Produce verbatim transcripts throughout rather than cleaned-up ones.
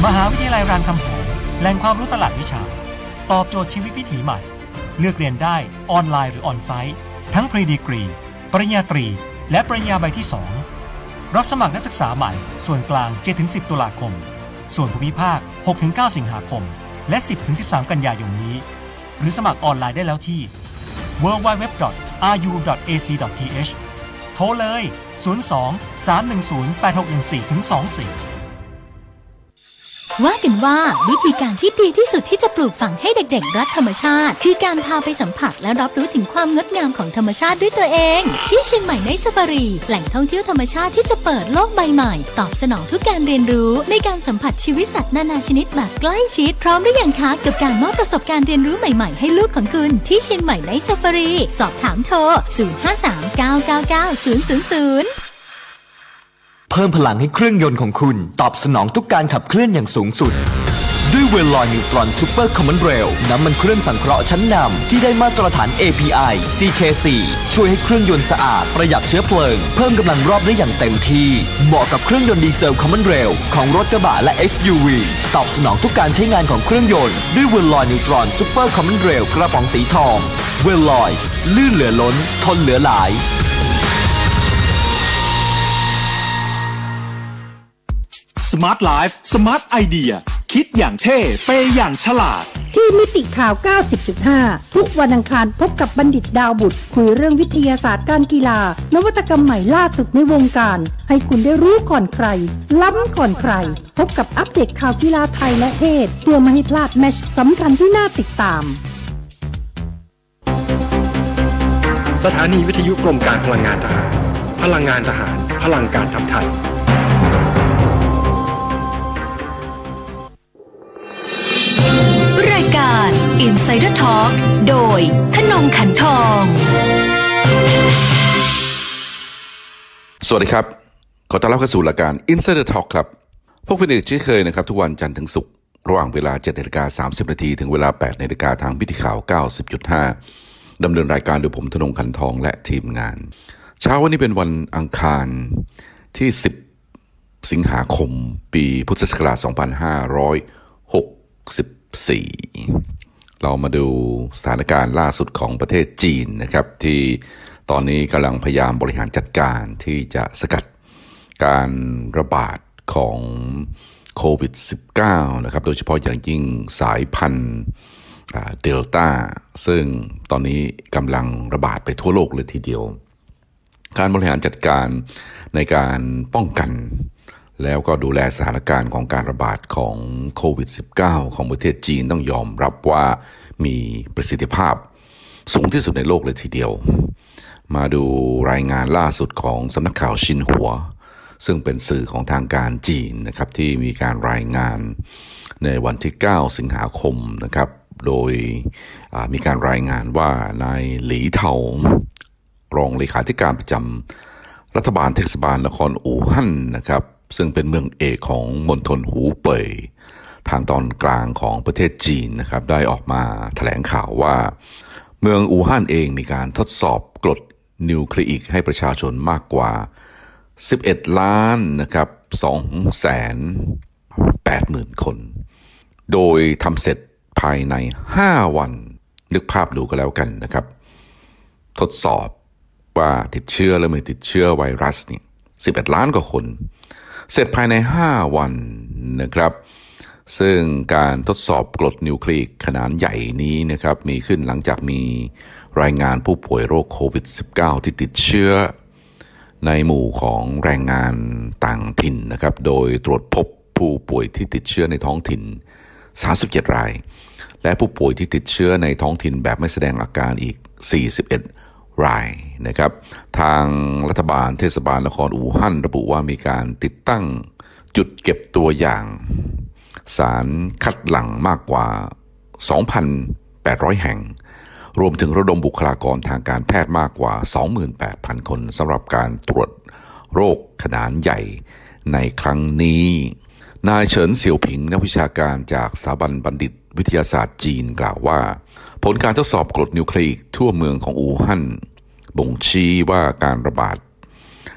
มหาวิทยาลัยรามคำแหงแหล่งความรู้ตลาดวิชาตอบโจทย์ชีวิตวิถีใหม่เลือกเรียนได้ออนไลน์หรือออนไซต์ทั้ง Pre Degree ปริญญาตรีและปริญญาใบที่สองรับสมัครนักศึกษาใหม่ส่วนกลาง เจ็ดถึงสิบ ตุลาคมส่วนภูมิภาค หกถึงเก้า สิงหาคมและ สิบถึงสิบสาม กันยายนนี้หรือสมัครออนไลน์ได้แล้วที่ ดับเบิลยู ดับเบิลยู ดับเบิลยู ดอท อาร์ ยู ดอท เอ ซี ดอท ที เอช โทรเลย ศูนย์ สอง สาม หนึ่ง ศูนย์ แปด หก หนึ่ง สี่ ถึง สอง สี่ว่ากันว่าวิธีการที่ดีที่สุดที่จะปลูกฝังให้เด็กๆรักธรรมชาติคือการพาไปสัมผัสและรับรู้ถึงความงดงามของธรรมชาติด้วยตัวเองที่เชียงใหม่ไนท์ซาฟารีแหล่งท่องเที่ยวธรรมชาติที่จะเปิดโลกใบใหม่ตอบสนองทุกการเรียนรู้ในการสัมผัสชีวิตสัตว์นานาชนิดแบบใกล้ชิดพร้อมหรือยังคะกับการมอบประสบการณ์เรียนรู้ใหม่ๆให้ลูกของคุณที่เชียงใหม่ไนท์ซาฟารีสอบถามโทรศูนย์ ห้า สาม เก้า เก้า เก้า ศูนย์ ศูนย์ ศูนย์เพิ่มพลังให้เครื่องยนต์ของคุณตอบสนองทุกการขับเคลื่อนอย่างสูงสุดด้วยเวลลอยนิวตรอนซูเปอร์คอมมอนเรลน้ำมันเครื่องสังเคราะห์ชั้นนำที่ได้มาตรฐาน เอ พี ไอ ซี เค ซี ช่วยให้เครื่องยนต์สะอาดประหยัดเชื้อเพลิงเพิ่มกำลังรอบได้อย่างเต็มที่เหมาะกับเครื่องยนต์ดีเซลคอมมอนเรลของรถกระบะและ เอส ยู วี ตอบสนองทุกการใช้งานของเครื่องยนต์ด้วยเวลลอยนิวตรอนซูเปอร์คอมมอนเรลกระป๋องสีทองเวลลอยลื่นเหลือล้นทนเหลือหลายสมาร์ทไลฟ์สมาร์ทไอเดียคิดอย่างเท่เปย์อย่างฉลาดที่มิติข่าว เก้าสิบจุดห้า ทุกวันอังคารพบกับบัณฑิตดาวบุตรคุยเรื่องวิทยาศาสตร์การกีฬานวัตกรรมใหม่ล่าสุดในวงการให้คุณได้รู้ก่อนใครล้ำก่อนใครพบกับอัปเดตข่าวกีฬาไทยและเทศเพื่อไม่ให้พลาดแมตช์สำคัญที่น่าติดตามสถานีวิทยุกรมการพลังงานทหารพลังงานทหารพลังการทำไทยรายการ Insider Talk โดยธนงค์ ขันทองสวัสดีครับขอต้อนรับเข้าสู่รายการ Insider Talk ครับพวกเป็นเอกที่เคยนะครับทุกวันจันทร์ถึงศุกร์ระหว่างเวลา เจ็ดนาฬิกาสามสิบนาทีถึงเวลา แปดนาฬิกาทางวิทยุข่าว เก้าสิบจุดห้า ดำเนินรายการโดยผมธนงค์ ขันทองและทีมงานเช้าวันนี้เป็นวันอังคารที่สิบสิงหาคมปีพุทธศักราชสองพันห้าร้อยหกสิบสี่เรามาดูสถานการณ์ล่าสุดของประเทศจีนนะครับที่ตอนนี้กำลังพยายามบริหารจัดการที่จะสกัดการระบาดของโควิด สิบเก้า นะครับโดยเฉพาะอย่างยิ่งสายพันธุ์เดลต้าซึ่งตอนนี้กำลังระบาดไปทั่วโลกเลยทีเดียวการบริหารจัดการในการป้องกันแล้วก็ดูแลสถานการณ์ของการระบาดของโควิด สิบเก้า ของประเทศจีนต้องยอมรับว่ามีประสิทธิภาพสูงที่สุดในโลกเลยทีเดียวมาดูรายงานล่าสุดของสำนักข่าวชินหัวซึ่งเป็นสื่อของทางการจีนนะครับที่มีการรายงานในวันที่เก้าสิงหาคมนะครับโดยมีการรายงานว่านายหลีเทารองเลขาธิการประจำรัฐบาลเทศบาลนครอู่ฮั่นนะครับซึ่งเป็นเมืองเอกของมณฑลหูเป่ยทางตอนกลางของประเทศจีนนะครับได้ออกมาแถลงข่าวว่าเมืองอู่ฮั่นเองมีการทดสอบกรดนิวคลีอิกให้ประชาชนมากกว่าสิบเอ็ดล้านนะครับ สองแสนแปดหมื่น คนโดยทำเสร็จภายในห้าวันนึกภาพดูกันแล้วกันนะครับทดสอบว่าติดเชื้อหรือไม่ติดเชื้อไวรัสนี่สิบเอ็ดล้านกว่าคนเสร็จภายในห้าวันนะครับซึ่งการทดสอบกรดนิวคลีอิกขนาดใหญ่นี้นะครับมีขึ้นหลังจากมีรายงานผู้ป่วยโรคโควิด สิบเก้า ที่ติดเชื้อในหมู่ของแรงงานต่างถิ่นนะครับโดยตรวจพบผู้ป่วยที่ติดเชื้อในท้องถิ่นสามสิบเจ็ดรายและผู้ป่วยที่ติดเชื้อในท้องถิ่นแบบไม่แสดงอาการอีกสี่สิบเอ็ดรายนะครับทางรัฐบาลเทศบาลนครอู่ฮั่นระบุว่ามีการติดตั้งจุดเก็บตัวอย่างสารคัดหลั่งมากกว่า สองพันแปดร้อย แห่งรวมถึงระดมบุคลากรทางการแพทย์มากกว่า สองหมื่นแปดพัน คนสำหรับการตรวจโรคขนาดใหญ่ในครั้งนี้นายเฉินเสี่ยวผิงนักวิชาการจากสถาบันบัณฑิตวิทยาศาสตร์จีนกล่าวว่าผลการทดสอบกรดนิวคลีอิกทั่วเมืองของอู่ฮั่นบ่งชี้ว่าการระบาด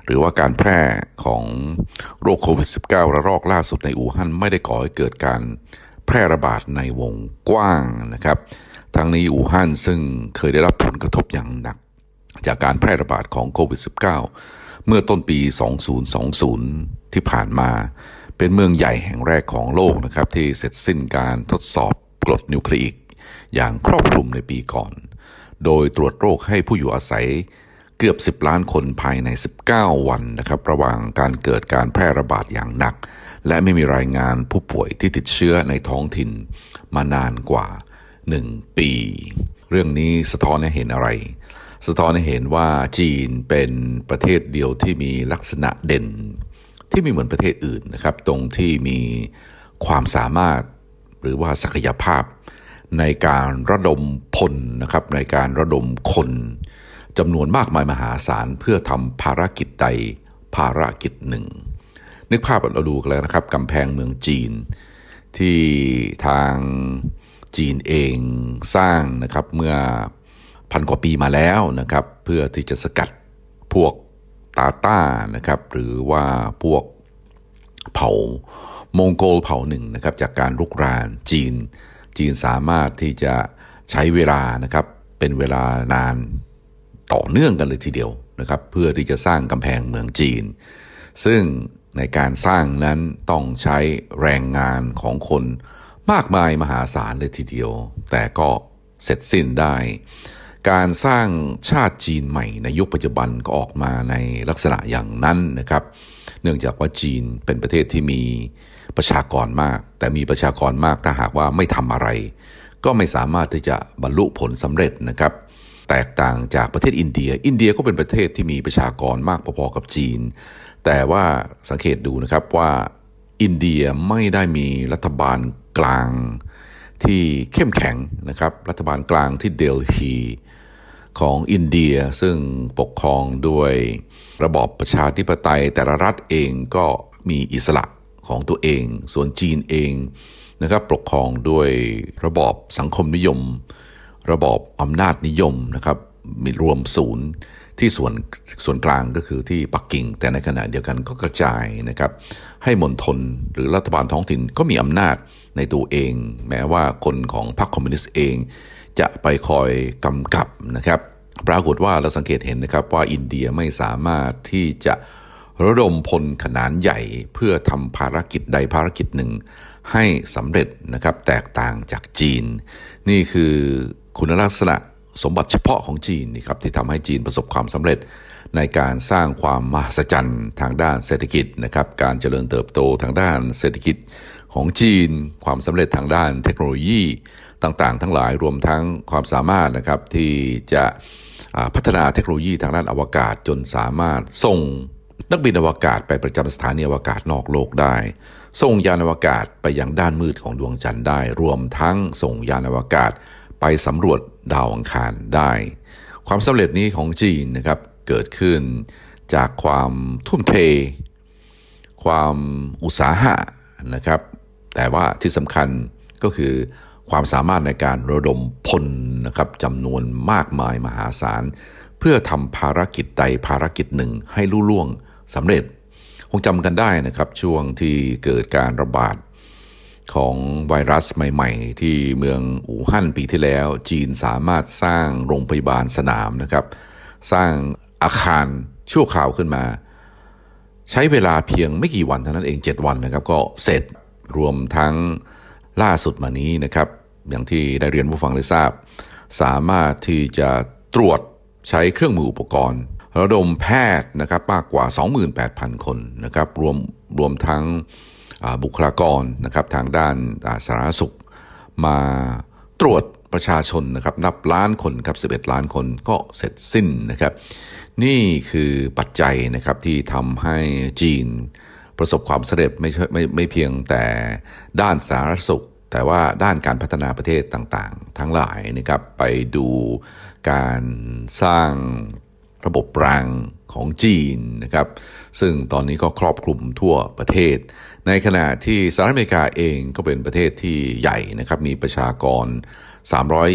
หรือว่าการแพร่ของโรคโควิด สิบเก้า ระลอกล่าสุดในอู่ฮั่นไม่ได้ก่อให้เกิดการแพร่ระบาดในวงกว้างนะครับทั้งนี้อู่ฮั่นซึ่งเคยได้รับผลกระทบอย่างหนักจากการแพร่ระบาดของโควิด สิบเก้า เมื่อต้นปีสองพันยี่สิบที่ผ่านมาเป็นเมืองใหญ่แห่งแรกของโลกนะครับที่เสร็จสิ้นการทดสอบกรดนิวเคลียร์อย่างครอบคลุมในปีก่อนโดยตรวจโรคให้ผู้อยู่อาศัยเกือบสิบล้านคนภายในสิบเก้าวันนะครับระหว่างการเกิดการแพร่ระบาดอย่างหนักและไม่มีรายงานผู้ป่วยที่ติดเชื้อในท้องถิ่นมานานกว่าหนึ่งปีเรื่องนี้สะท้อนให้เห็นอะไรสะท้อนให้เห็นว่าจีนเป็นประเทศเดียวที่มีลักษณะเด่นที่ไม่เหมือนประเทศอื่นนะครับตรงที่มีความสามารถหรือว่าศักยภาพในการระดมพลนะครับในการระดมคนจำนวนมากมายมหาศาลเพื่อทำภารกิจใดภารกิจหนึ่งนึกภาพเราดูกันแล้วนะครับกำแพงเมืองจีนที่ทางจีนเองสร้างนะครับเมื่อพันกว่าปีมาแล้วนะครับเพื่อที่จะสกัดพวกตาต้านะครับหรือว่าพวกเผ่ามองโกลเผ่าหนึ่งนะครับจากการรุกรานจีนจีนสามารถที่จะใช้เวลานะครับเป็นเวลานานต่อเนื่องกันเลยทีเดียวนะครับเพื่อที่จะสร้างกำแพงเมืองจีนซึ่งในการสร้างนั้นต้องใช้แรงงานของคนมากมายมหาศาลเลยทีเดียวแต่ก็เสร็จสิ้นได้การสร้างชาติจีนใหม่ในยุคปัจจุบันก็ออกมาในลักษณะอย่างนั้นนะครับเนื่องจากว่าจีนเป็นประเทศที่มีประชากรมากแต่มีประชากรมากถ้าหากว่าไม่ทำอะไรก็ไม่สามารถที่จะบรรลุผลสำเร็จนะครับแตกต่างจากประเทศอินเดียอินเดียก็เป็นประเทศที่มีประชากรมากพอๆกับจีนแต่ว่าสังเกตดูนะครับว่าอินเดียไม่ได้มีรัฐบาลกลางที่เข้มแข็งนะครับรัฐบาลกลางที่เดลฮีของอินเดียซึ่งปกครองด้วยระบอบประชาธิปไตยแต่ละรัฐเองก็มีอิสระของตัวเองส่วนจีนเองนะครับปกครองด้วยระบอบสังคมนิยมระบอบอำนาจนิยมนะครับมีรวมศูนย์ที่ส่วนส่วนกลางก็คือที่ปักกิ่งแต่ในขณะเดียวกันก็กระจายนะครับให้มณฑลหรือรัฐบาลท้องถิ่นก็มีอำนาจในตัวเองแม้ว่าคนของพรรคคอมมิวนิสต์เองจะไปคอยกำกับนะครับปรากฏว่าเราสังเกตเห็นนะครับว่าอินเดียไม่สามารถที่จะระดมพลขนาดใหญ่เพื่อทำภารกิจใดภารกิจหนึ่งให้สำเร็จนะครับแตกต่างจากจีนนี่คือคุณลักษณะสมบัติเฉพาะของจีนนี่ครับที่ทำให้จีนประสบความสำเร็จในการสร้างความมหัศจรรย์ทางด้านเศรษฐกิจนะครับการเจริญเติบโตทางด้านเศรษฐกิจของจีนความสำเร็จทางด้านเทคโนโลยีต่างๆทั้งหลายรวมทั้งความสามารถนะครับที่จะพัฒนาเทคโนโลยีทางด้านอวกาศจนสามารถส่งนักบินอวกาศไปประจำสถานีอวกาศนอกโลกได้ส่งยานอวกาศไปยังด้านมืดของดวงจันทร์ได้รวมทั้งส่งยานอวกาศไปสำรวจดาวอังคารได้ความสำเร็จนี้ของจีนนะครับเกิดขึ้นจากความทุ่มเทความอุตสาหะนะครับแต่ว่าที่สำคัญก็คือความสามารถในการระดมพลนะครับจำนวนมากมายมหาศาลเพื่อทำภารกิจใดภารกิจหนึ่งให้ลุล่วงสำเร็จคงจำกันได้นะครับช่วงที่เกิดการระบาดของไวรัสใหม่ๆที่เมืองอู่ฮั่นปีที่แล้วจีนสามารถสร้างโรงพยาบาลสนามนะครับสร้างอาคารชั่วคราวขึ้นมาใช้เวลาเพียงไม่กี่วันเท่านั้นเองเจ็ดวันนะครับก็เสร็จรวมทั้งล่าสุดมานี้นะครับอย่างที่ได้เรียนผู้ฟังได้ทราบสามารถที่จะตรวจใช้เครื่องมืออุปกรณ์ระดมแพทย์นะครับมากกว่า สองหมื่นแปดพัน คนนะครับรวมรวมทั้งบุคลากรนะครับทางด้านสาธารณสุขมาตรวจประชาชนนะครับนับล้านคนครับสิบเอ็ดล้านคนก็เสร็จสิ้นนะครับนี่คือปัจจัยนะครับที่ทำให้จีนประสบความสำเร็จไม่ไม่ไม่เพียงแต่ด้านสาธารณสุขแต่ว่าด้านการพัฒนาประเทศต่างๆทั้งหลายนะครับไปดูการสร้างระบบรางของจีนนะครับซึ่งตอนนี้ก็ครอบคลุมทั่วประเทศในขณะที่สหรัฐอเมริกาเองก็เป็นประเทศที่ใหญ่นะครับมีประชากรสามร้อย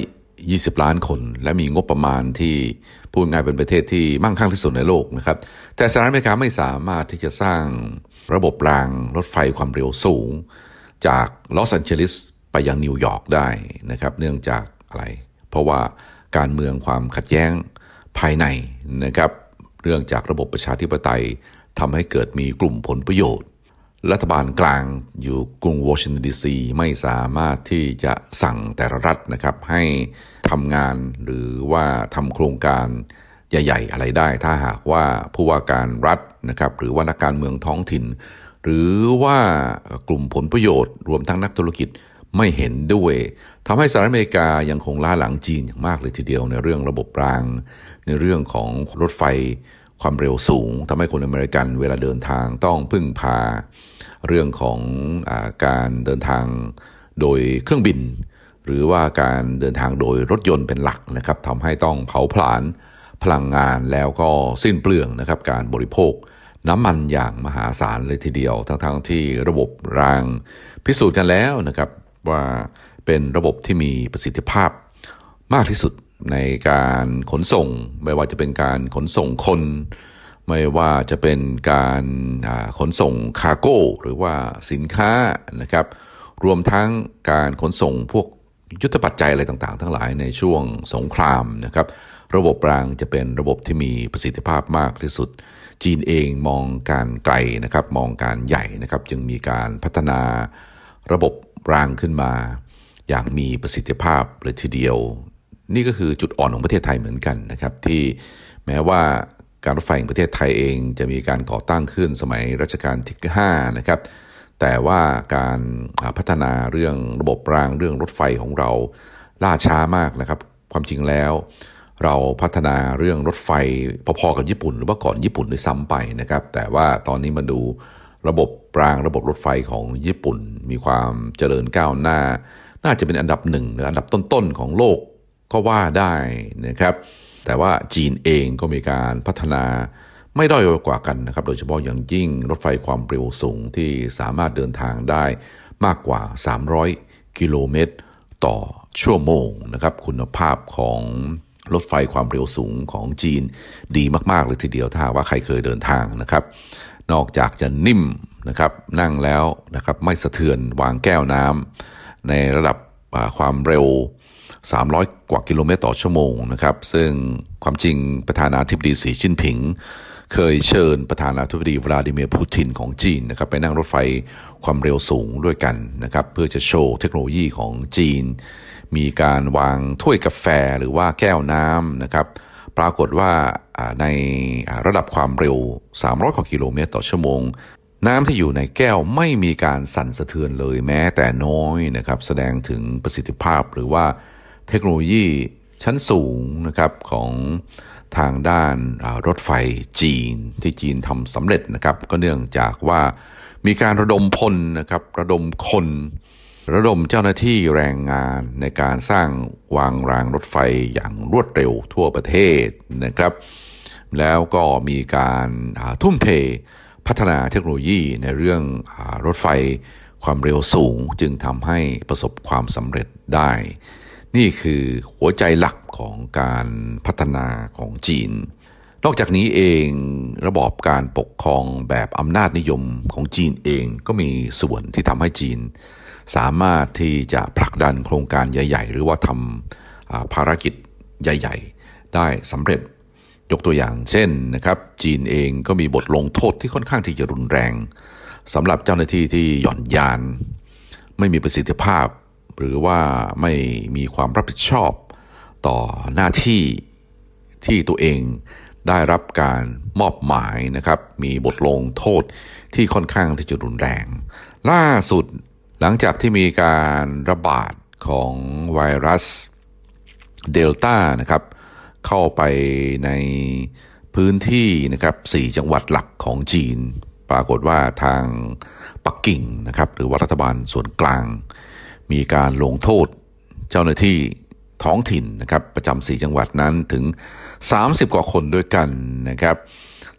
ยี่สิบล้านคนและมีงบประมาณที่พูดง่ายเป็นประเทศที่มั่งคั่งที่สุดในโลกนะครับแต่สหรัฐอเมริกาไม่สามารถที่จะสร้างระบบรางรถไฟความเร็วสูงจากลอสแอนเจลิสไปยังนิวยอร์กได้นะครับเนื่องจากอะไรเพราะว่าการเมืองความขัดแย้งภายในนะครับเรื่องจากระบบประชาธิปไตยทำให้เกิดมีกลุ่มผลประโยชน์รัฐบาลกลางอยู่กรุงวอชิงตันดีซีไม่สามารถที่จะสั่งแต่ละรัฐนะครับให้ทำงานหรือว่าทำโครงการใหญ่ๆอะไรได้ถ้าหากว่าผู้ว่าการรัฐนะครับหรือว่านักการเมืองท้องถิ่นหรือว่ากลุ่มผลประโยชน์รวมทั้งนักธุรกิจไม่เห็นด้วยทำให้สหรัฐอเมริกายังคงล้าหลังจีนอย่างมากเลยทีเดียวในเรื่องระบบรางในเรื่องของรถไฟความเร็วสูงทำให้คนอเมริกันเวลาเดินทางต้องพึ่งพาเรื่องของอ่าการเดินทางโดยเครื่องบินหรือว่าการเดินทางโดยรถยนต์เป็นหลักนะครับทำให้ต้องเผาผลาญพลังงานแล้วก็สิ้นเปลืองนะครับการบริโภคน้ำมันอย่างมหาศาลเลยทีเดียวทั้งๆที่ระบบรางพิสูจน์กันแล้วนะครับว่าเป็นระบบที่มีประสิทธิภาพมากที่สุดในการขนส่งไม่ว่าจะเป็นการขนส่งคนไม่ว่าจะเป็นการขนส่งคาร์โก้หรือว่าสินค้านะครับรวมทั้งการขนส่งพวกยุทธปัจจัยอะไรต่างๆทั้งหลายในช่วงสงครามนะครับระบบรางจะเป็นระบบที่มีประสิทธิภาพมากที่สุดจีนเองมองการไกลนะครับมองการใหญ่นะครับจึงมีการพัฒนาระบบรางขึ้นมาอย่างมีประสิทธิภาพเลยทีเดียวนี่ก็คือจุดอ่อนของประเทศไทยเหมือนกันนะครับที่แม้ว่าการรถไฟแห่งประเทศไทยเองจะมีการก่อตั้งขึ้นสมัยรัชกาลที่ห้านะครับแต่ว่าการพัฒนาเรื่องระบบรางเรื่องรถไฟของเราล่าช้ามากนะครับความจริงแล้วเราพัฒนาเรื่องรถไฟพอๆกับญี่ปุ่นหรือว่าก่อนญี่ปุ่นด้วยซ้ำไปนะครับแต่ว่าตอนนี้มาดูระบบรางระบบรถไฟของญี่ปุ่นมีความเจริญก้าวหน้าน่าจะเป็นอันดับหนึ่งหรืออันดับต้นๆของโลกก็ว่าได้นะครับแต่ว่าจีนเองก็มีการพัฒนาไม่ด้อยกว่ากันนะครับโดยเฉพาะอย่างยิ่งรถไฟความเร็วสูงที่สามารถเดินทางได้มากกว่าสามร้อยกิโลเมตรต่อชั่วโมงนะครับคุณภาพของรถไฟความเร็วสูงของจีนดีมากๆเลยทีเดียวถ้าว่าใครเคยเดินทางนะครับนอกจากจะนิ่มนะครับนั่งแล้วนะครับไม่สะเทือนวางแก้วน้ำในระดับความเร็วสามร้อยกว่ากิโลเมตรต่อชั่วโมงนะครับซึ่งความจริงประธานาธิบดีสีจิ้นผิงเคยเชิญประธานาธิบดีวลาดิเมียร์ปูตินของจีนนะครับไปนั่งรถไฟความเร็วสูงด้วยกันนะครับเพื่อจะโชว์เทคโนโลยีของจีนมีการวางถ้วยกาแฟหรือว่าแก้วน้ำนะครับปรากฏว่าในระดับความเร็วสามร้อยกว่ากิโลเมตรต่อชั่วโมงน้ำที่อยู่ในแก้วไม่มีการสั่นสะเทือนเลยแม้แต่น้อยนะครับแสดงถึงประสิทธิภาพหรือว่าเทคโนโลยีชั้นสูงนะครับของทางด้านรถไฟจีนที่จีนทำสำเร็จนะครับก็เนื่องจากว่ามีการระดมพลนะครับระดมคนระดมเจ้าหน้าที่แรงงานในการสร้างวางรางรถไฟอย่างรวดเร็วทั่วประเทศนะครับแล้วก็มีการทุ่มเทพัฒนาเทคโนโลยีในเรื่องรถไฟความเร็วสูงจึงทำให้ประสบความสำเร็จได้นี่คือหัวใจหลักของการพัฒนาของจีนนอกจากนี้เองระบอบการปกครองแบบอำนาจนิยมของจีนเองก็มีส่วนที่ทำให้จีนสามารถที่จะผลักดันโครงการใหญ่ๆหรือว่าทำภารกิจใหญ่ๆได้สำเร็จยกตัวอย่างเช่นนะครับจีนเองก็มีบทลงโทษที่ค่อนข้างที่จะรุนแรงสำหรับเจ้าหน้าที่ที่หย่อนยานไม่มีประสิทธิภาพหรือว่าไม่มีความรับผิดชอบต่อหน้าที่ที่ตัวเองได้รับการมอบหมายนะครับมีบทลงโทษที่ค่อนข้างที่จะรุนแรงล่าสุดหลังจากที่มีการระบาดของไวรัสเดลต้านะครับเข้าไปในพื้นที่นะครับสี่จังหวัดหลักของจีนปรากฏว่าทางปักกิ่งนะครับหรือว่ารัฐบาลส่วนกลางมีการลงโทษเจ้าหน้าที่ท้องถิ่นนะครับประจำสี่จังหวัดนั้นถึงสามสิบกว่าคนด้วยกันนะครับ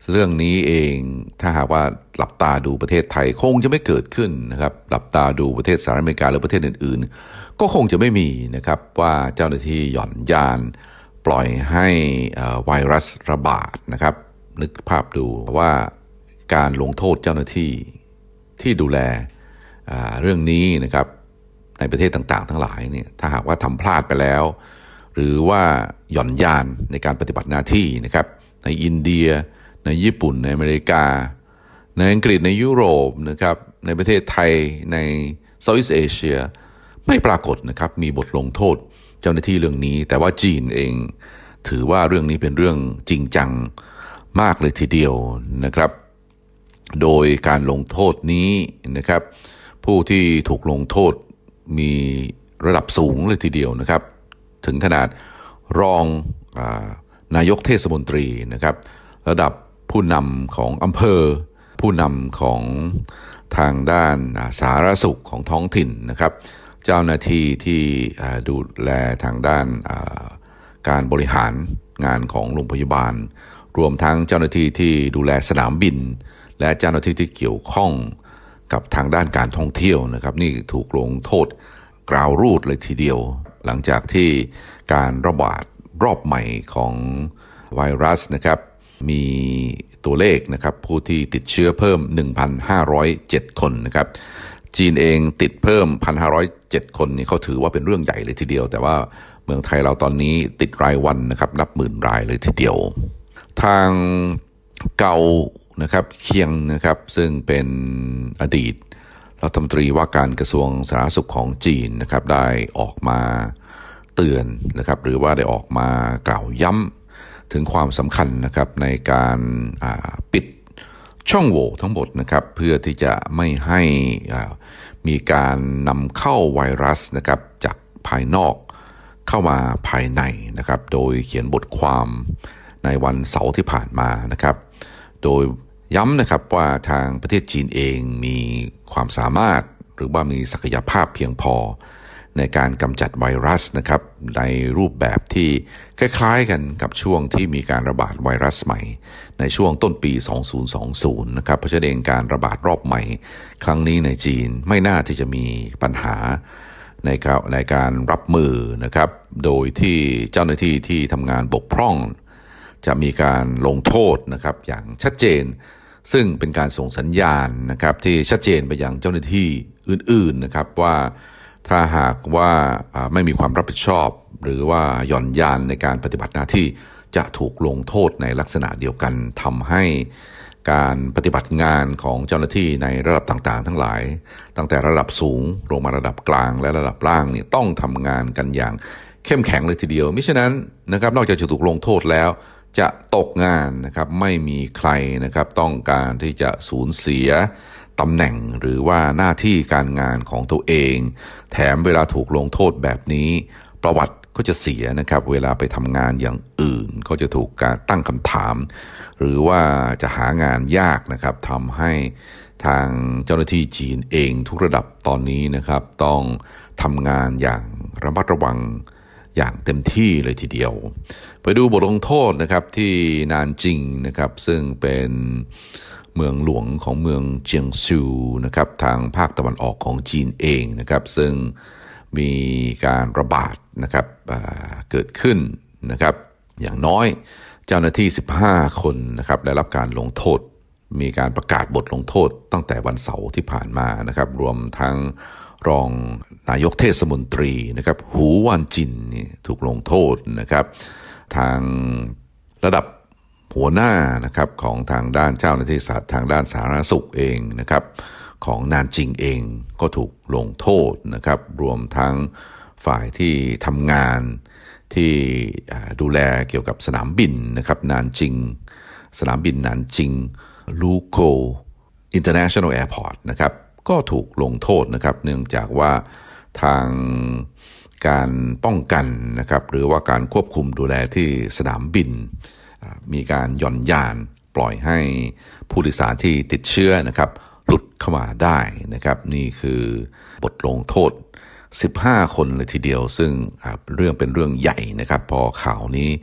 เรื่องนี้เองถ้าหากว่าหลับตาดูประเทศไทยคงจะไม่เกิดขึ้นนะครับหลับตาดูประเทศสหรัฐอเมริกาหรือประเทศอื่นๆก็คงจะไม่มีนะครับว่าเจ้าหน้าที่หย่อนยานปล่อยให้ไวรัสระบาดนะครับนึกภาพดูว่าการลงโทษเจ้าหน้าที่ที่ดูแลเรื่องนี้นะครับในประเทศต่างๆทั้งหลายเนี่ยถ้าหากว่าทำพลาดไปแล้วหรือว่าหย่อนยานในการปฏิบัติหน้าที่นะครับในอินเดียในญี่ปุ่นในอเมริกาในอังกฤษในยุโรปนะครับในประเทศไทยในเซาท์อีสต์เอเชียไม่ปรากฏนะครับมีบทลงโทษเจ้าหน้าที่เรื่องนี้แต่ว่าจีนเองถือว่าเรื่องนี้เป็นเรื่องจริงจังมากเลยทีเดียวนะครับโดยการลงโทษนี้นะครับผู้ที่ถูกลงโทษมีระดับสูงเลยทีเดียวนะครับถึงขนาดรองอานายกเทศมนตรีนะครับระดับผู้นำของอำเภอผู้นำของทางด้านสาธารณสุขของท้องถิ่นนะครับเจ้าหน้าที่ที่ดูแลทางด้านการบริหารงานของโรงพยาบาลรวมทั้งเจ้าหน้าที่ที่ดูแลสนามบินและเจ้าหน้าที่ที่เกี่ยวข้องกับทางด้านการท่องเที่ยวนะครับนี่ถูกลงโทษกราวรูดเลยทีเดียวหลังจากที่การระบาดรอบใหม่ของไวรัสนะครับมีตัวเลขนะครับผู้ที่ติดเชื้อเพิ่ม หนึ่งพันห้าร้อยเจ็ด คนนะครับจีนเองติดเพิ่ม หนึ่งพันห้าร้อยเจ็ด คนนี่เขาถือว่าเป็นเรื่องใหญ่เลยทีเดียวแต่ว่าเมืองไทยเราตอนนี้ติดรายวันนะครับนับหมื่นรายเลยทีเดียวทางเกานะครับเคียงนะครับซึ่งเป็นอดีตรัฐมนตรีว่าการกระทรวงสาธารณสุขของจีนนะครับได้ออกมาเตือนนะครับหรือว่าได้ออกมากล่าวย้ำถึงความสำคัญนะครับในการปิดช่องโหว่ทั้งหมดนะครับเพื่อที่จะไม่ให้มีการนำเข้าไวรัสนะครับจากภายนอกเข้ามาภายในนะครับโดยเขียนบทความในวันเสาร์ที่ผ่านมานะครับโดยย้ำนะครับว่าทางประเทศจีนเองมีความสามารถหรือว่ามีศักยภาพเพียงพอในการกำจัดไวรัสนะครับในรูปแบบที่คล้ายๆกันกับช่วงที่มีการระบาดไวรัสใหม่ในช่วงต้นปีสองพันยี่สิบนะครับเพราะฉะนั้นการระบาดรอบใหม่ครั้งนี้ในจีนไม่น่าที่จะมีปัญหาในการในการรับมือนะครับโดยที่เจ้าหน้าที่ที่ทำงานบกพร่องจะมีการลงโทษนะครับอย่างชัดเจนซึ่งเป็นการส่งสัญญาณนะครับที่ชัดเจนไปยังเจ้าหน้าที่อื่นๆนะครับว่าถ้าหากว่าไม่มีความรับผิดชอบหรือว่าหย่อนยานในการปฏิบัติหน้าที่จะถูกลงโทษในลักษณะเดียวกันทำให้การปฏิบัติงานของเจ้าหน้าที่ในระดับต่างๆทั้งหลายตั้งแต่ระดับสูงลงมาระดับกลางและระดับล่างเนี่ยต้องทำงานกันอย่างเข้มแข็งเลยทีเดียวมิฉะนั้นนะครับนอกจากจะถูกลงโทษแล้วจะตกงานนะครับไม่มีใครนะครับต้องการที่จะสูญเสียตำแหน่งหรือว่าหน้าที่การงานของตัวเองแถมเวลาถูกลงโทษแบบนี้ประวัติก็จะเสียนะครับเวลาไปทำงานอย่างอื่นก็จะถูกการตั้งคำถามหรือว่าจะหางานยากนะครับทำให้ทางเจ้าหน้าที่จีนเองทุกระดับตอนนี้นะครับต้องทำงานอย่างระมัดระวังอย่างเต็มที่เลยทีเดียวไปดูบทลงโทษนะครับที่นานจิงนะครับซึ่งเป็นเมืองหลวงของเมืองเจียงซูนะครับทางภาคตะวันออกของจีนเองนะครับซึ่งมีการระบาดนะครับเกิดขึ้นนะครับอย่างน้อยเจ้าหน้าที่สิบห้าคนนะครับได้รับการลงโทษมีการประกาศบทลงโทษตั้งแต่วันเสาร์ที่ผ่านมานะครับรวมทั้งรองนายกเทศมนตรีนะครับหูหวานจินนี่ถูกลงโทษนะครับทางระดับหัวหน้านะครับของทางด้านเจ้าหน้าที่สาทางด้านสาธารณสุขเองนะครับของนานจิงเองก็ถูกลงโทษนะครับรวมทั้งฝ่ายที่ทำงานที่ดูแลเกี่ยวกับสนามบินนะครับนานจิงสนามบินนานจิงลูโก International Airport นะครับก็ถูกลงโทษนะครับเนื่องจากว่าทางการป้องกันนะครับหรือว่าการควบคุมดูแลที่สนามบินมีการหย่อนยานปล่อยให้ผู้โดยสารที่ติดเชื้อนะครับหลุดเข้ามาได้นะครับนี่คือบทลงโทษสิบห้าคนเลยทีเดียวซึ่งเรื่องเป็นเรื่องใหญ่นะครับพอข่าวนี้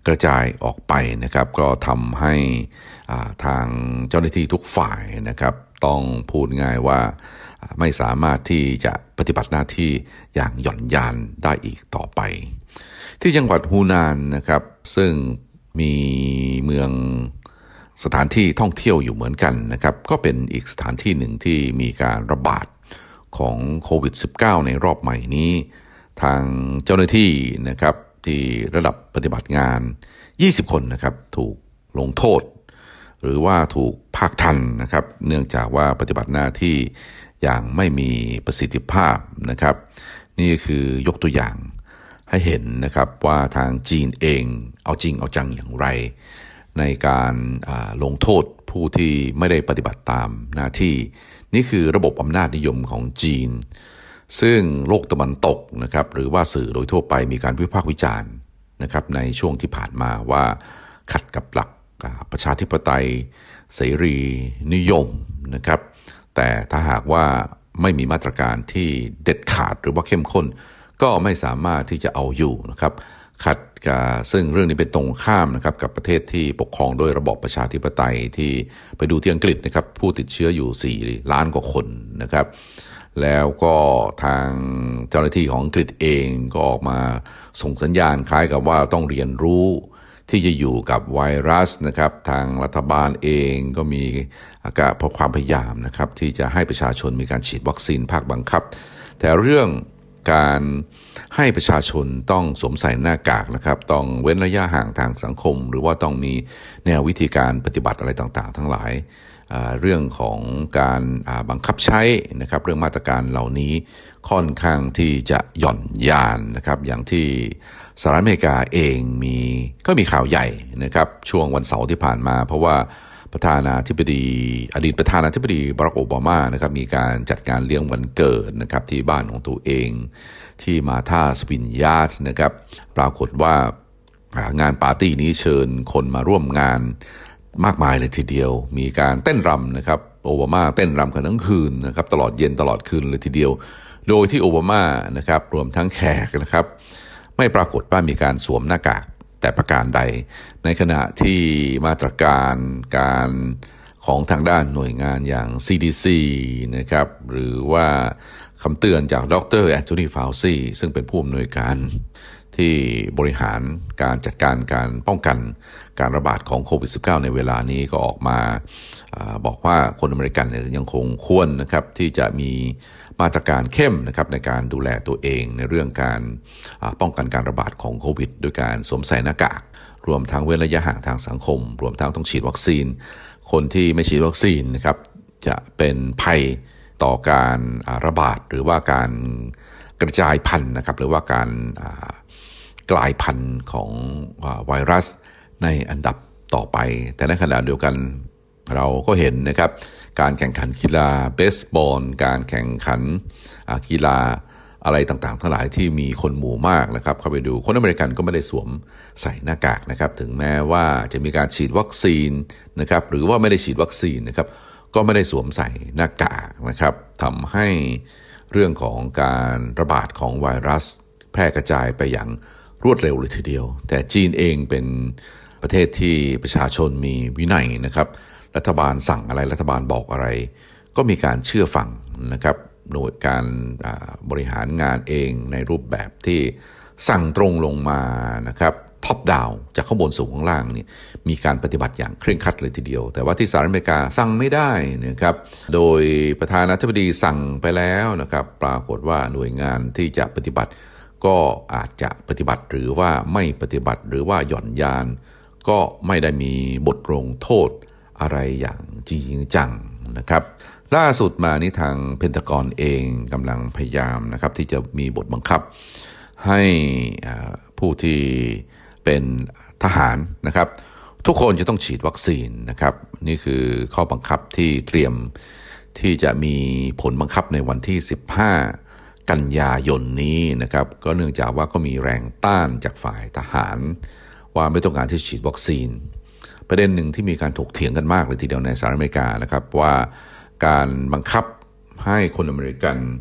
กระจายออกไปนะครับก็ทำให้ทางเจ้าหน้าที่ทุกฝ่ายนะครับต้องพูดง่ายว่าไม่สามารถที่จะปฏิบัติหน้าที่อย่างหย่อนยานได้อีกต่อไปที่จังหวัดฮูนานนะครับซึ่งมีเมืองสถานที่ท่องเที่ยวอยู่เหมือนกันนะครับก็เป็นอีกสถานที่หนึ่งที่มีการระบาดของโควิด สิบเก้า ในรอบใหม่นี้ทางเจ้าหน้าที่นะครับที่ระดับปฏิบัติงานยี่สิบคนนะครับถูกลงโทษหรือว่าถูกภาคทันนะครับเนื่องจากว่าปฏิบัติหน้าที่อย่างไม่มีประสิทธิภาพนะครับนี่คือยกตัวอย่างให้เห็นนะครับว่าทางจีนเองเอาจริงเอาจังอย่างไรในการลงโทษผู้ที่ไม่ได้ปฏิบัติตามหน้าที่นี่คือระบบอำนาจนิยมของจีนซึ่งโลกตะวันตกนะครับหรือว่าสื่อโดยทั่วไปมีการวิพากษ์วิจารณ์นะครับในช่วงที่ผ่านมาว่าขัดกับหลักประชาธิปไตยเสรีนิยมนะครับแต่ถ้าหากว่าไม่มีมาตรการที่เด็ดขาดหรือว่าเข้มข้นก็ไม่สามารถที่จะเอาอยู่นะครับขัดกับซึ่งเรื่องนี้เป็นตรงข้ามนะครับกับประเทศที่ปกครองโดยระบอบประชาธิปไตยที่ไปดูที่อังกฤษนะครับผู้ติดเชื้ออยู่สี่ล้านกว่าคนนะครับแล้วก็ทางเจ้าหน้าที่ของอังกฤษเองก็ออกมาส่งสัญญาณคล้ายกับว่าต้องเรียนรู้ที่จะอยู่กับไวรัสนะครับทางรัฐบาลเองก็มีการพยความพยายามนะครับที่จะให้ประชาชนมีการฉีดวัคซีนภาคบังคับแต่เรื่องการให้ประชาชนต้องสวมใส่หน้ากากนะครับต้องเว้นระยะห่างทางสังคมหรือว่าต้องมีแนววิธีการปฏิบัติอะไรต่างๆทั้งหลายเรื่องของการบังคับใช้นะครับเรื่องมาตรการเหล่านี้ค่อนข้างที่จะหย่อนยานนะครับอย่างที่สหรัฐอเมริกาเองมีก็มีข่าวใหญ่นะครับช่วงวันเสาร์ที่ผ่านมาเพราะว่าประธานาธิบดีอดีตประธานาธิบดีบารักโอบามานะครับมีการจัดการเลี้ยงวันเกิดนะครับที่บ้านของตัวเองที่มาธาสวินยาร์ดนะครับปรากฏว่างานปาร์ตี้นี้เชิญคนมาร่วมงานมากมายเลยทีเดียวมีการเต้นรำนะครับโอบามาเต้นรำกันทั้งคืนนะครับตลอดเย็นตลอดคืนเลยทีเดียวโดยที่โอบามานะครับรวมทั้งแขกนะครับไม่ปรากฏว่ามีการสวมหน้ากากแต่ประการใดในขณะที่มาตรการการของทางด้านหน่วยงานอย่าง ซี ดี ซี นะครับหรือว่าคำเตือนจากดร.แอนโทนี ฟาวซีซึ่งเป็นผู้อำนวยการที่บริหารการจัดการการป้องกันการระบาดของโควิด สิบเก้า ในเวลานี้ก็ออกมาบอกว่าคนอเมริกันเนี่ยยังคงควรนะครับที่จะมีมาตรการเข้มนะครับในการดูแลตัวเองในเรื่องการป้องกันการระบาดของโควิดด้วยการสวมใส่หน้ากากรวมทั้งเว้นระยะห่างทางสังคมรวมทั้งต้องฉีดวัคซีนคนที่ไม่ฉีดวัคซีนนะครับจะเป็นภัยต่อการระบาดหรือว่าการกระจายพันธุ์นะครับหรือว่าการกลายพันธุ์ของไวรัสในอันดับต่อไปแต่ในขณะเดียวกันเราก็เห็นนะครับการแข่งขันกีฬาเบสบอลการแข่งขันกีฬาอะไรต่างๆทั้งหลายที่มีคนหมู่มากนะครับเข้าไปดูคนอเมริกันก็ไม่ได้สวมใส่หน้ากากนะครับถึงแม้ว่าจะมีการฉีดวัคซีนนะครับหรือว่าไม่ได้ฉีดวัคซีนนะครับก็ไม่ได้สวมใส่หน้ากากนะครับทำให้เรื่องของการระบาดของไวรัสแพร่กระจายไปอย่างรวดเร็วเลยทีเดียวแต่จีนเองเป็นประเทศที่ประชาชนมีวินัยนะครับรัฐบาลสั่งอะไรรัฐบาลบอกอะไรก็มีการเชื่อฟังนะครับโดยการบริหารงานเองในรูปแบบที่สั่งตรงลงมานะครับท็อปดาวจากข้างบนสู่ข้างล่างนี่มีการปฏิบัติอย่างเคร่งครัดเลยทีเดียวแต่ว่าที่สหรัฐอเมริกาสั่งไม่ได้นะครับโดยประธานาธิบดีสั่งไปแล้วนะครับปรากฏว่าหน่วยงานที่จะปฏิบัติก็อาจจะปฏิบัติหรือว่าไม่ปฏิบัติหรือว่าหย่อนยานก็ไม่ได้มีบทลงโทษอะไรอย่างจริงจังนะครับล่าสุดมานี้ทางเพนทากอนเองกำลังพยายามนะครับที่จะมีบทบังคับให้ผู้ที่เป็นทหารนะครับทุกคนจะต้องฉีดวัคซีนนะครับนี่คือข้อบังคับที่เตรียมที่จะมีผลบังคับในวันที่สิบห้ากันยายนนี้นะครับก็เนื่องจากว่าก็มีแรงต้านจากฝ่ายทหารว่าไม่ต้องการที่ฉีดวัคซีนประเด็นหนึ่งที่มีการถกเถียงกันมากเลยทีเดียวในสหรัฐอเมริกานะครับว่าการบังคับให้คนอเมริกัน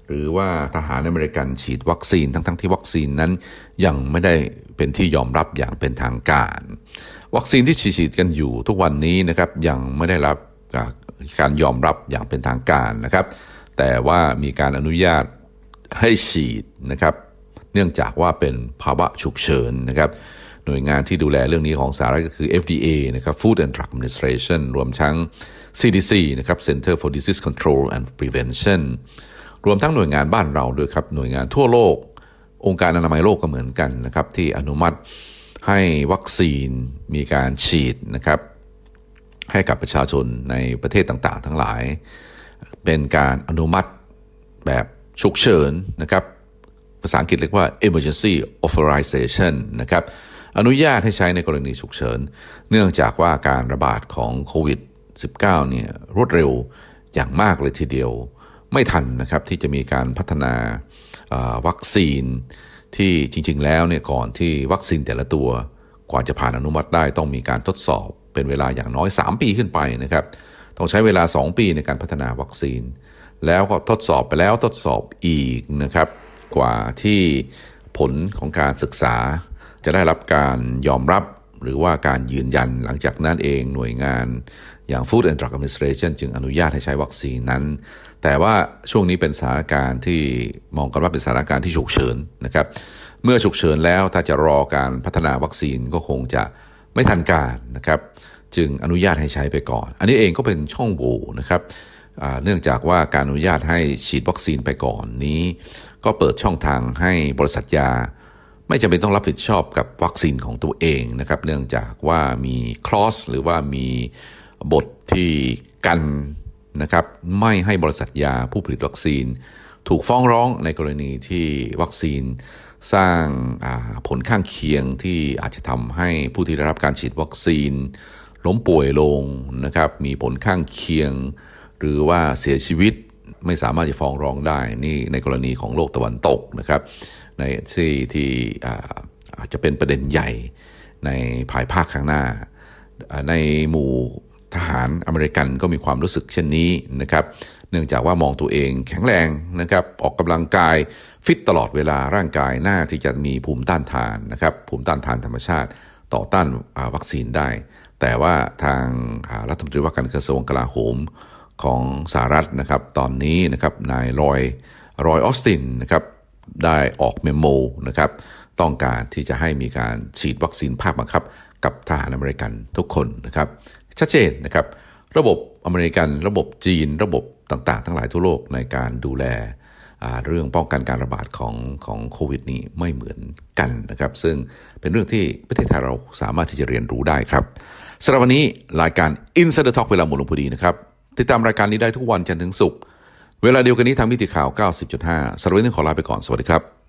หรือว่าทหารอเมริกันฉีดวัคซีนทั้งๆที่วัคซีนนั้นยังไม่ได้เป็นที่ยอมรับอย่างเป็นทางการวัคซีนที่ฉีดกันอยู่ทุกวันนี้นะครับยังไม่ได้รับการยอมรับอย่างเป็นทางการนะครับแต่ว่ามีการอนุญาตให้ฉีดนะครับเนื่องจากว่าเป็นภาวะฉุกเฉินนะครับหน่วยงานที่ดูแลเรื่องนี้ของสหรัฐก็คือ เอฟ ดี เอ นะครับ Food and Drug Administration รวมทั้ง ซี ดี ซี นะครับ Center for Disease Control and Prevention รวมทั้งหน่วยงานบ้านเราด้วยครับหน่วยงานทั่วโลกองค์การอนามัยโลกก็เหมือนกันนะครับที่อนุมัติให้วัคซีนมีการฉีดนะครับให้กับประชาชนในประเทศต่างๆทั้งหลายเป็นการอนุมัติแบบฉุกเฉินนะครับภาษาอังกฤษเรียกว่า emergency authorization นะครับอนุญาตให้ใช้ในกรณีฉุกเฉินเนื่องจากว่าการระบาดของโควิด สิบเก้า เนี่ยรวดเร็วอย่างมากเลยทีเดียวไม่ทันนะครับที่จะมีการพัฒนาวัคซีนที่จริงๆแล้วเนี่ยก่อนที่วัคซีนแต่ละตัวกว่าจะผ่านอนุมัติได้ต้องมีการทดสอบเป็นเวลาอย่างน้อยสามปีขึ้นไปนะครับต้องใช้เวลาสองปีในการพัฒนาวัคซีนแล้วก็ทดสอบไปแล้วทดสอบอีกนะครับกว่าที่ผลของการศึกษาจะได้รับการยอมรับหรือว่าการยืนยันหลังจากนั้นเองหน่วยงานอย่าง Food and Drug Administration จึงอนุญาตให้ใช้วัคซีนนั้นแต่ว่าช่วงนี้เป็นสถานการณ์ที่มองกันว่าเป็นสถานการณ์ที่ฉุกเฉินนะครับเมื่อฉุกเฉินแล้วถ้าจะรอการพัฒนาวัคซีนก็คงจะไม่ทันการนะครับจึงอนุญาตให้ใช้ไปก่อนอันนี้เองก็เป็นช่องโหว่นะครับเนื่องจากว่าการอนุญาตให้ฉีดวัคซีนไปก่อนนี้ก็เปิดช่องทางให้บริษัทยาไม่จำเป็นต้องรับผิดชอบกับวัคซีนของตัวเองนะครับเนื่องจากว่ามีคลอสหรือว่ามีบทที่กันนะครับไม่ให้บริษัทยาผู้ผลิตวัคซีนถูกฟ้องร้องในกรณีที่วัคซีนสร้างผลข้างเคียงที่อาจจะทำให้ผู้ที่ได้รับการฉีดวัคซีนล้มป่วยลงนะครับมีผลข้างเคียงหรือว่าเสียชีวิตไม่สามารถจะฟ้องร้องได้นี่ในกรณีของโลกตะวันตกนะครับในที่ที่อาจจะเป็นประเด็นใหญ่ในภายภาคข้างหน้าในหมู่ทหารอเมริกันก็มีความรู้สึกเช่นนี้นะครับเนื่องจากว่ามองตัวเองแข็งแรงนะครับออกกำลังกายฟิตตลอดเวลาร่างกายน่าที่จะมีภูมิต้านทานนะครับภูมิต้านทานธรรมชาติต่อต้านวัคซีนได้แต่ว่าทางรัฐมนตรีว่าการกระทรวงกลาโหมของสหรัฐนะครับตอนนี้นะครับนายรอยรอยออสตินนะครับได้ออกเมมโมนะครับต้องการที่จะให้มีการฉีดวัคซีนภาคบังคับกับทหารอเมริกันทุกคนนะครับชัดเจนนะครับระบบอเมริกันระบบจีนระบบต่างๆทั้งหลายทั่วโลกในการดูแลเรื่องป้องกันการระบาดของของโควิดนี้ไม่เหมือนกันนะครับซึ่งเป็นเรื่องที่ประเทศไทยเราสามารถที่จะเรียนรู้ได้ครับสำหรับวันนี้รายการ Insider Talk เวลาหมดลงพอดีนะครับติดตามรายการนี้ได้ทุกวันจันทร์ถึงศุกร์เวลาเดียวกันนี้ทางมิติข่าว เก้าสิบจุดห้า สำหรับวันนี้ขอลาไปก่อนสวัสดีครับ